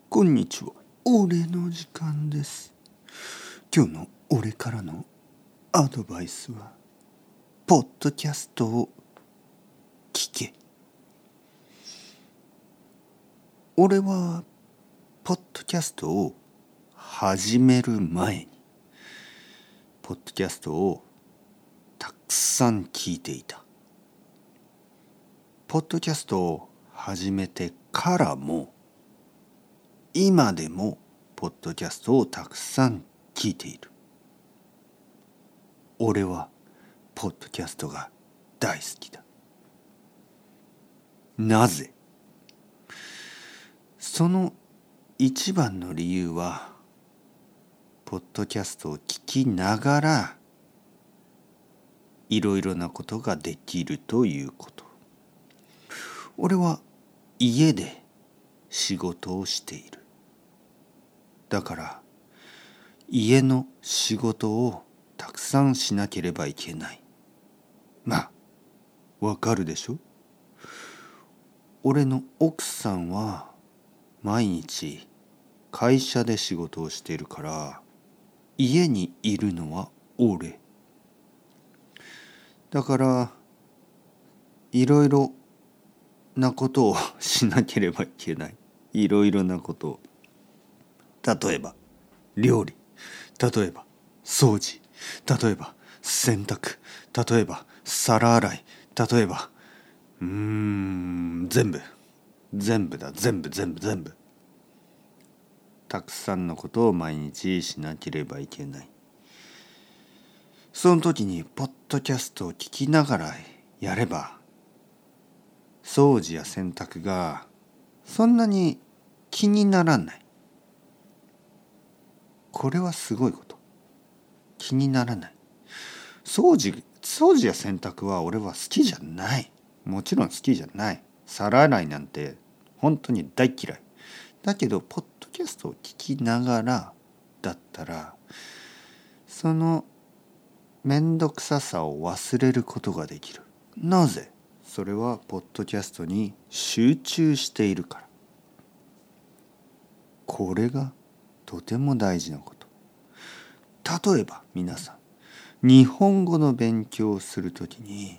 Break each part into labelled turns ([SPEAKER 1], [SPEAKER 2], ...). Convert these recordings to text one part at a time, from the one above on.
[SPEAKER 1] こんにちは。俺の時間です。今日の俺からのアドバイスは、ポッドキャストを聞け。俺はポッドキャストを始める前にポッドキャストをたくさん聞いていた。ポッドキャストを始めてからも今でもポッドキャストをたくさん聞いている。俺はポッドキャストが大好きだ。なぜ？その一番の理由は、ポッドキャストを聞きながらいろいろなことができるということ。俺は家で仕事をしている。だから家の仕事をたくさんしなければいけない。まあわかるでしょ？俺の奥さんは毎日会社で仕事をしているから、家にいるのは俺だから、いろいろなことをしなければいけない。いろいろなことを。例えば料理、例えば掃除、例えば洗濯、例えば皿洗い、例えば全部だ。全部たくさんのことを毎日しなければいけない。その時にポッドキャストを聞きながらやれば、掃除や洗濯がそんなに気にならない。これはすごいこと。気にならない。掃除や洗濯は俺は好きじゃない。もちろん好きじゃない。皿洗いなんて本当に大嫌い。だけどポッドキャストを聞きながらだったら、そのめんどくささを忘れることができる。なぜ？それはポッドキャストに集中しているから。これがとても大事なこと。例えば皆さん、日本語の勉強をするときに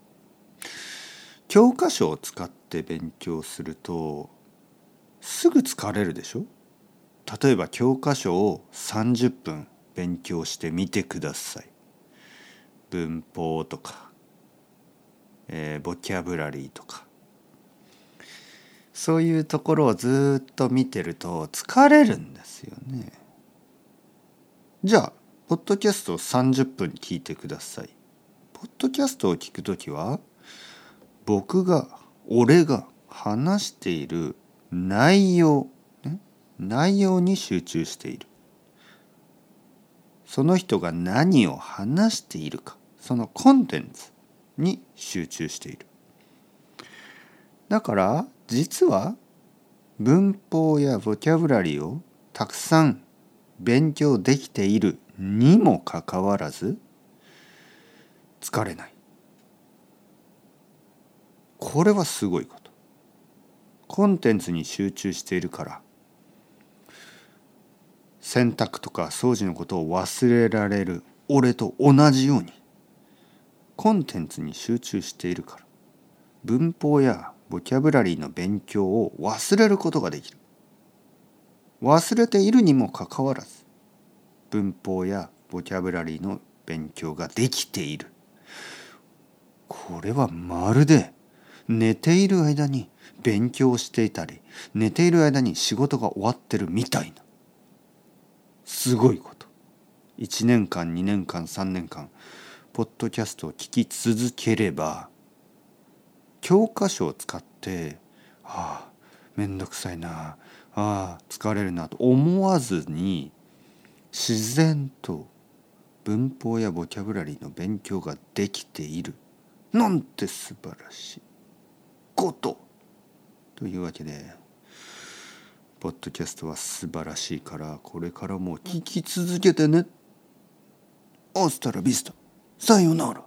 [SPEAKER 1] 教科書を使って勉強するとすぐ疲れるでしょ？例えば教科書を30分勉強してみてください。文法とか、ボキャブラリーとか、そういうところをずっと見てると疲れるんですよね。じゃあポッドキャストを30分聞いてください。ポッドキャストを聞くときは、俺が話している内容に集中している。その人が何を話しているか、そのコンテンツに集中している。だから実は文法やボキャブラリーをたくさん勉強できているにもかかわらず疲れない。これはすごいこと。コンテンツに集中しているから、洗濯とか掃除のことを忘れられる俺と同じように、コンテンツに集中しているから、文法やボキャブラリーの勉強を忘れることができる。忘れているにもかかわらず、文法やボキャブラリーの勉強ができている。これはまるで寝ている間に勉強していたり、寝ている間に仕事が終わってるみたいな。すごいこと。1年間、2年間、3年間、ポッドキャストを聞き続ければ、教科書を使って、めんどくさいな、疲れるなと思わずに、自然と文法やボキャブラリーの勉強ができている。なんて素晴らしいことというわけで、ポッドキャストは素晴らしいから、これからも聞き続けてね。アスタラビスタ、さよなら。